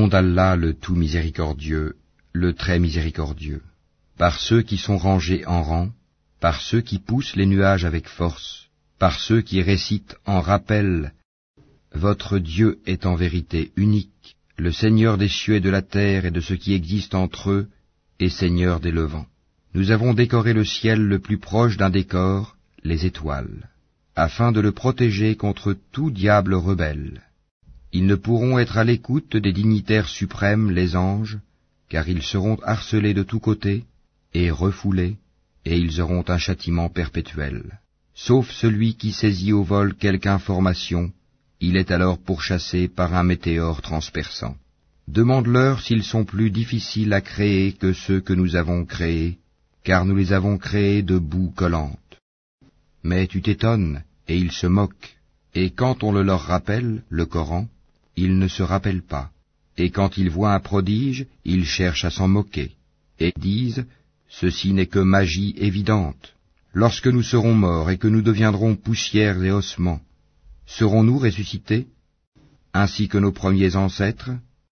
d'Allah le tout miséricordieux, le très miséricordieux, par ceux qui sont rangés en rang, par ceux qui poussent les nuages avec force, par ceux qui récitent en rappel. Votre Dieu est en vérité unique, le Seigneur des cieux et de la terre et de ce qui existe entre eux, et Seigneur des levants. Nous avons décoré le ciel le plus proche d'un décor, les étoiles, afin de le protéger contre tout diable rebelle. Ils ne pourront être à l'écoute des dignitaires suprêmes, les anges, car ils seront harcelés de tous côtés, et refoulés, et ils auront un châtiment perpétuel. Sauf celui qui saisit au vol quelque information, il est alors pourchassé par un météore transperçant. Demande-leur s'ils sont plus difficiles à créer que ceux que nous avons créés, car nous les avons créés de boue collante. Mais tu t'étonnes, et ils se moquent, et quand on le leur rappelle, le Coran, ils ne se rappellent pas, et quand ils voient un prodige, ils cherchent à s'en moquer, et disent, ceci n'est que magie évidente. Lorsque nous serons morts et que nous deviendrons poussière et ossements, serons-nous ressuscités, ainsi que nos premiers ancêtres?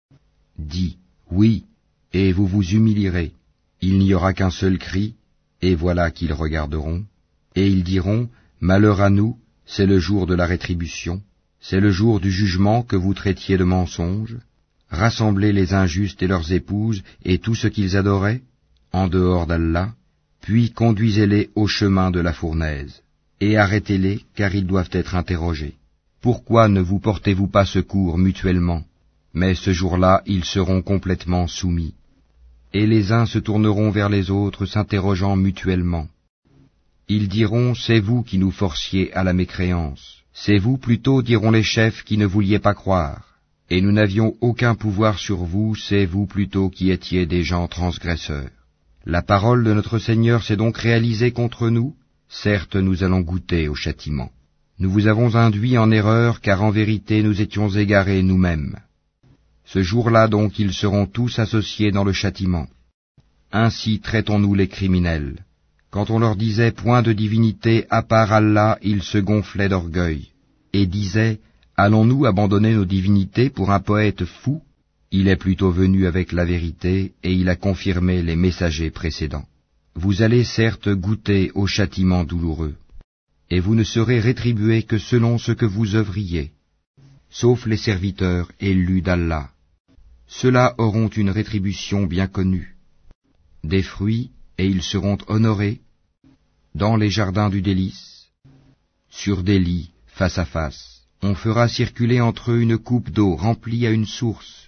Dis, oui, et vous vous humilierez. Il n'y aura qu'un seul cri, et voilà qu'ils regarderont, et ils diront, malheur à nous, c'est le jour de la rétribution, c'est le jour du jugement que vous traitiez de mensonge. Rassemblez les injustes et leurs épouses et tout ce qu'ils adoraient, en dehors d'Allah, puis conduisez-les au chemin de la fournaise, et arrêtez-les, car ils doivent être interrogés. Pourquoi ne vous portez-vous pas secours mutuellement? Mais ce jour-là, ils seront complètement soumis. Et les uns se tourneront vers les autres, s'interrogeant mutuellement. Ils diront, c'est vous qui nous forciez à la mécréance. C'est vous plutôt, diront les chefs, qui ne vouliez pas croire. Et nous n'avions aucun pouvoir sur vous, c'est vous plutôt qui étiez des gens transgresseurs. La parole de notre Seigneur s'est donc réalisée contre nous. Certes, nous allons goûter au châtiment. Nous vous avons induit en erreur, car en vérité nous étions égarés nous-mêmes. Ce jour-là donc ils seront tous associés dans le châtiment. Ainsi traitons-nous les criminels. Quand on leur disait point de divinité à part Allah, ils se gonflaient d'orgueil, et disaient, allons-nous abandonner nos divinités pour un poète fou? Il est plutôt venu avec la vérité, et il a confirmé les messagers précédents. Vous allez certes goûter au châtiment douloureux, et vous ne serez rétribués que selon ce que vous œuvriez, sauf les serviteurs élus d'Allah. Ceux-là auront une rétribution bien connue, des fruits, et ils seront honorés, dans les jardins du délice, sur des lits, face à face. On fera circuler entre eux une coupe d'eau remplie à une source,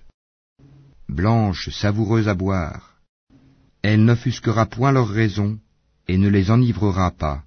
blanche, savoureuse à boire. Elle n'offusquera point leur raison, et ne les enivrera pas.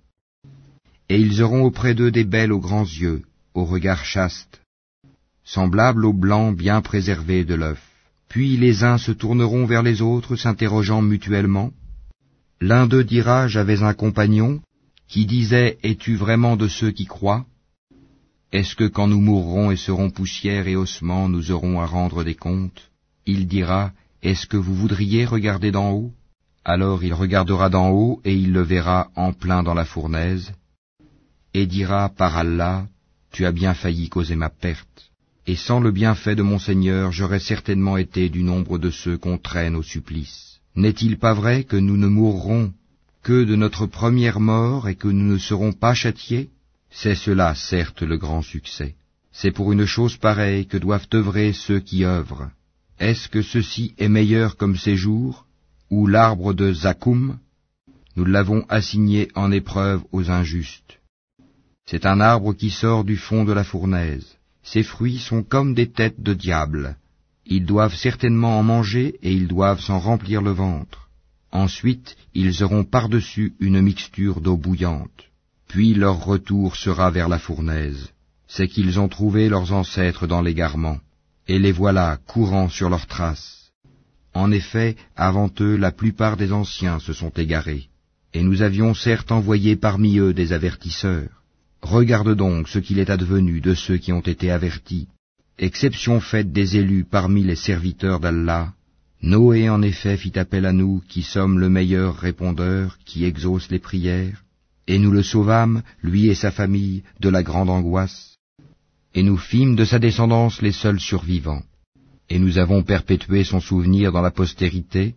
Et ils auront auprès d'eux des belles aux grands yeux, au regard chaste, semblables au blanc bien préservé de l'œuf. Puis les uns se tourneront vers les autres, s'interrogeant mutuellement. L'un d'eux dira, j'avais un compagnon, qui disait, es-tu vraiment de ceux qui croient? Est-ce que quand nous mourrons et serons poussière et ossements, nous aurons à rendre des comptes? Il dira, est-ce que vous voudriez regarder d'en haut? Alors il regardera d'en haut, et il le verra en plein dans la fournaise, et dira, par Allah, tu as bien failli causer ma perte. Et sans le bienfait de mon Seigneur, j'aurais certainement été du nombre de ceux qu'on traîne au supplice. N'est-il pas vrai que nous ne mourrons que de notre première mort et que nous ne serons pas châtiés? C'est cela, certes, le grand succès. C'est pour une chose pareille que doivent œuvrer ceux qui œuvrent. Est-ce que ceci est meilleur comme séjour, ou l'arbre de Zakoum? Nous l'avons assigné en épreuve aux injustes. C'est un arbre qui sort du fond de la fournaise. Ses fruits sont comme des têtes de diable. Ils doivent certainement en manger et ils doivent s'en remplir le ventre. Ensuite, ils auront par-dessus une mixture d'eau bouillante. Puis leur retour sera vers la fournaise. C'est qu'ils ont trouvé leurs ancêtres dans l'égarement, et les voilà courant sur leurs traces. En effet, avant eux, la plupart des anciens se sont égarés, et nous avions certes envoyé parmi eux des avertisseurs. Regarde donc ce qu'il est advenu de ceux qui ont été avertis. Exception faite des élus parmi les serviteurs d'Allah, Noé en effet fit appel à nous qui sommes le meilleur répondeur qui exauce les prières, et nous le sauvâmes, lui et sa famille, de la grande angoisse, et nous fîmes de sa descendance les seuls survivants. et nous avons perpétué son souvenir dans la postérité.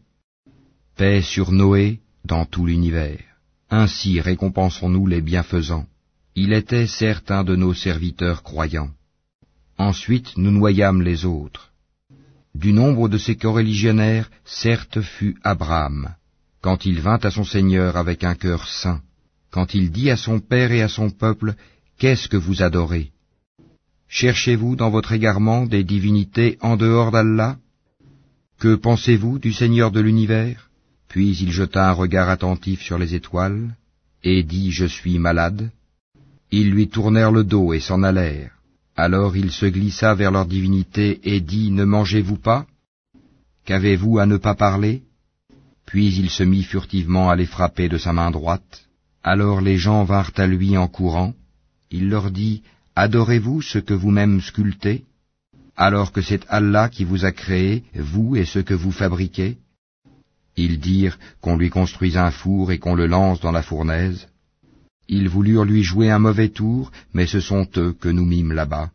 Paix sur Noé dans tout l'univers. Ainsi récompensons-nous les bienfaisants. Il était certes un de nos serviteurs croyants. Ensuite nous noyâmes les autres. Du nombre de ces coreligionnaires, certes fut Abraham, quand il vint à son Seigneur avec un cœur saint, quand il dit à son père et à son peuple, « Qu'est-ce que vous adorez? Cherchez-vous dans votre égarement des divinités en dehors d'Allah? Que pensez-vous du Seigneur de l'univers ?» Puis il jeta un regard attentif sur les étoiles, et dit, « Je suis malade. » Ils lui tournèrent le dos et s'en allèrent. Alors il se glissa vers leur divinité et dit, « Ne mangez-vous pas? Qu'avez-vous à ne pas parler ?» Puis il se mit furtivement à les frapper de sa main droite. Alors les gens vinrent à lui en courant. Il leur dit, « Adorez-vous ce que vous-même sculptez, alors que c'est Allah qui vous a créé, vous et ce que vous fabriquez ?» Ils dirent qu'on lui construise un four et qu'on le lance dans la fournaise. Ils voulurent lui jouer un mauvais tour, mais ce sont eux que nous mîmes là-bas.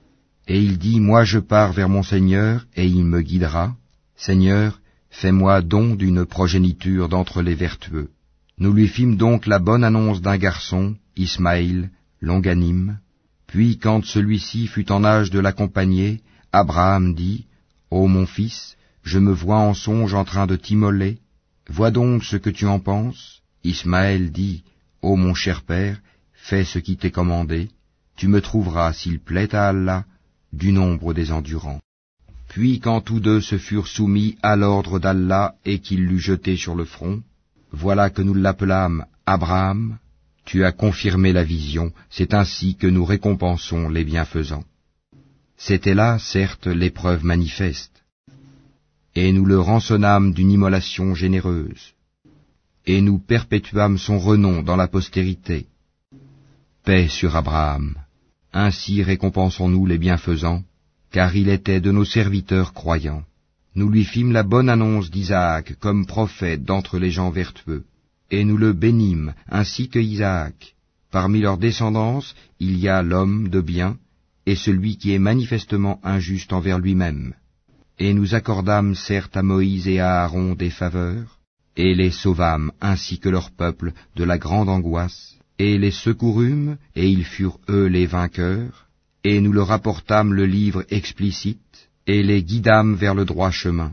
Et il dit, « Moi je pars vers mon Seigneur, et il me guidera. Seigneur, fais-moi don d'une progéniture d'entre les vertueux. » Nous lui fîmes donc la bonne annonce d'un garçon, Ismaïl, longanime. Puis quand celui-ci fut en âge de l'accompagner, Abraham dit, « Ô mon fils, je me vois en songe en train de t'immoler. Vois donc ce que tu en penses. » Ismaël dit, « Ô mon cher père, fais ce qui t'est commandé. Tu me trouveras, s'il plaît à Allah, du nombre des endurants. » Puis quand tous deux se furent soumis à l'ordre d'Allah et qu'il l'eut jeté sur le front, voilà que nous l'appelâmes Abraham. Tu as confirmé la vision, c'est ainsi que nous récompensons les bienfaisants. C'était là, certes, l'épreuve manifeste. Et nous le rançonnâmes d'une immolation généreuse. Et nous perpétuâmes son renom dans la postérité. Paix sur Abraham. Ainsi récompensons-nous les bienfaisants, car il était de nos serviteurs croyants. Nous lui fîmes la bonne annonce d'Isaac comme prophète d'entre les gens vertueux, et nous le bénîmes ainsi que Isaac. Parmi leur descendance, il y a l'homme de bien, et celui qui est manifestement injuste envers lui-même. Et nous accordâmes certes à Moïse et à Aaron des faveurs, et les sauvâmes ainsi que leur peuple de la grande angoisse, et les secourûmes, et ils furent eux les vainqueurs, et nous leur apportâmes le livre explicite, et les guidâmes vers le droit chemin.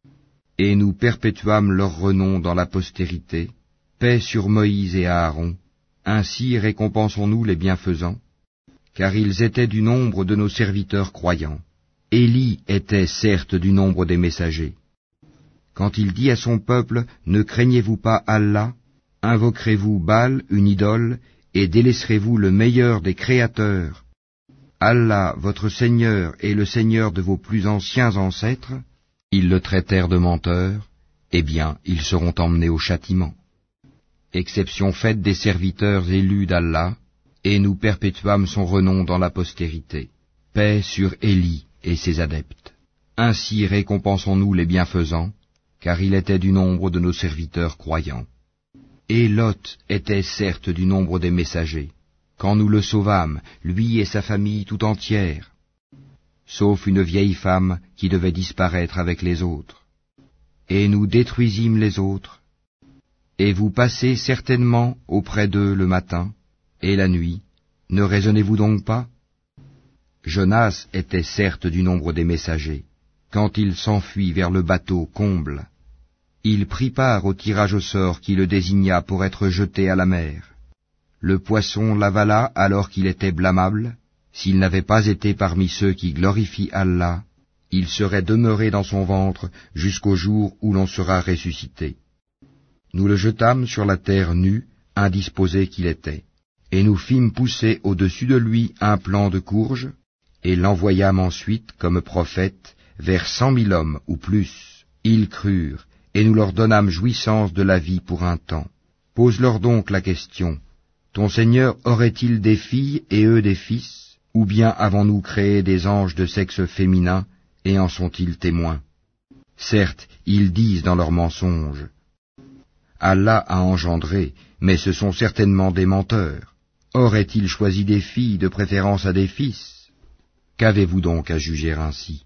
Et nous perpétuâmes leur renom dans la postérité, paix sur Moïse et Aaron, ainsi récompensons-nous les bienfaisants, car ils étaient du nombre de nos serviteurs croyants. Élie était certes du nombre des messagers. Quand il dit à son peuple, « Ne craignez-vous pas Allah, invoquerez-vous Baal, une idole, et délaisserez-vous le meilleur des créateurs, Allah, votre Seigneur, est le Seigneur de vos plus anciens ancêtres ?» Ils le traitèrent de menteur, eh bien, ils seront emmenés au châtiment. Exception faite des serviteurs élus d'Allah, et nous perpétuâmes son renom dans la postérité. Paix sur Élie et ses adeptes. Ainsi récompensons-nous les bienfaisants, car il était du nombre de nos serviteurs croyants. Et Lot était certes du nombre des messagers, quand nous le sauvâmes, lui et sa famille tout entière, sauf une vieille femme qui devait disparaître avec les autres. Et nous détruisîmes les autres, et vous passez certainement auprès d'eux le matin et la nuit, ne raisonnez-vous donc pas? Jonas était certes du nombre des messagers. Quand il s'enfuit vers le bateau comble, il prit part au tirage au sort qui le désigna pour être jeté à la mer. Le poisson l'avala alors qu'il était blâmable. S'il n'avait pas été parmi ceux qui glorifient Allah, il serait demeuré dans son ventre jusqu'au jour où l'on sera ressuscité. Nous le jetâmes sur la terre nue, indisposé qu'il était, et nous fîmes pousser au-dessus de lui un plant de courge, et l'envoyâmes ensuite comme prophète vers 100 000 hommes ou plus. Ils crurent, et nous leur donnâmes jouissance de la vie pour un temps. Pose-leur donc la question, ton Seigneur aurait-il des filles et eux des fils, ou bien avons-nous créé des anges de sexe féminin, et en sont-ils témoins? Certes, ils disent dans leurs mensonges, Allah a engendré, mais ce sont certainement des menteurs. Aurait-il choisi des filles de préférence à des fils? Qu'avez-vous donc à juger ainsi?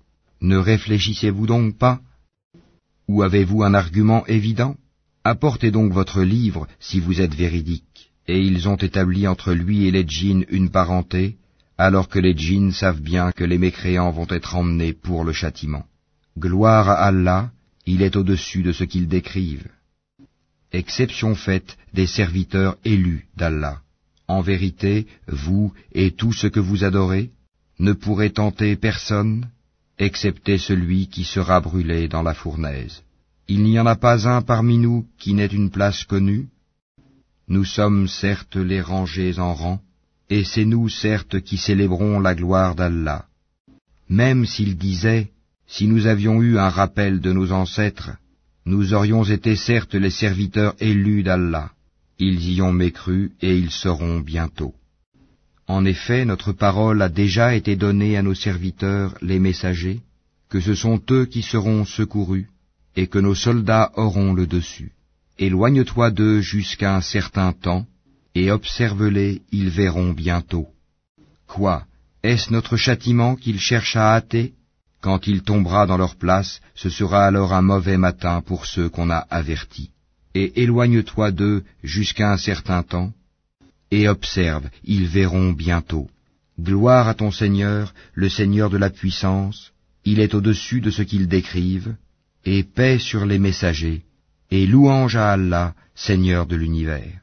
Ne réfléchissez-vous donc pas? Ou avez-vous un argument évident? Apportez donc votre livre si vous êtes véridique. Et ils ont établi entre lui et les djinns une parenté, alors que les djinns savent bien que les mécréants vont être emmenés pour le châtiment. Gloire à Allah, il est au-dessus de ce qu'ils décrivent. Exception faite des serviteurs élus d'Allah. En vérité, vous et tout ce que vous adorez ne pourrez tenter personne, excepté celui qui sera brûlé dans la fournaise. Il n'y en a pas un parmi nous qui n'ait une place connue. Nous sommes certes les rangés en rang, et c'est nous certes qui célébrons la gloire d'Allah. Même s'ils disaient, si nous avions eu un rappel de nos ancêtres, nous aurions été certes les serviteurs élus d'Allah. Ils y ont mécru et ils seront bientôt. En effet, notre parole a déjà été donnée à nos serviteurs, les messagers, que ce sont eux qui seront secourus, et que nos soldats auront le dessus. Éloigne-toi d'eux jusqu'à un certain temps, et observe-les, ils verront bientôt. Quoi? Est-ce notre châtiment qu'ils cherchent à hâter? Quand il tombera dans leur place, ce sera alors un mauvais matin pour ceux qu'on a avertis. Et éloigne-toi d'eux jusqu'à un certain temps, et observe, ils verront bientôt. Gloire à ton Seigneur, le Seigneur de la puissance, il est au-dessus de ce qu'ils décrivent, et paix sur les messagers, et louange à Allah, Seigneur de l'univers.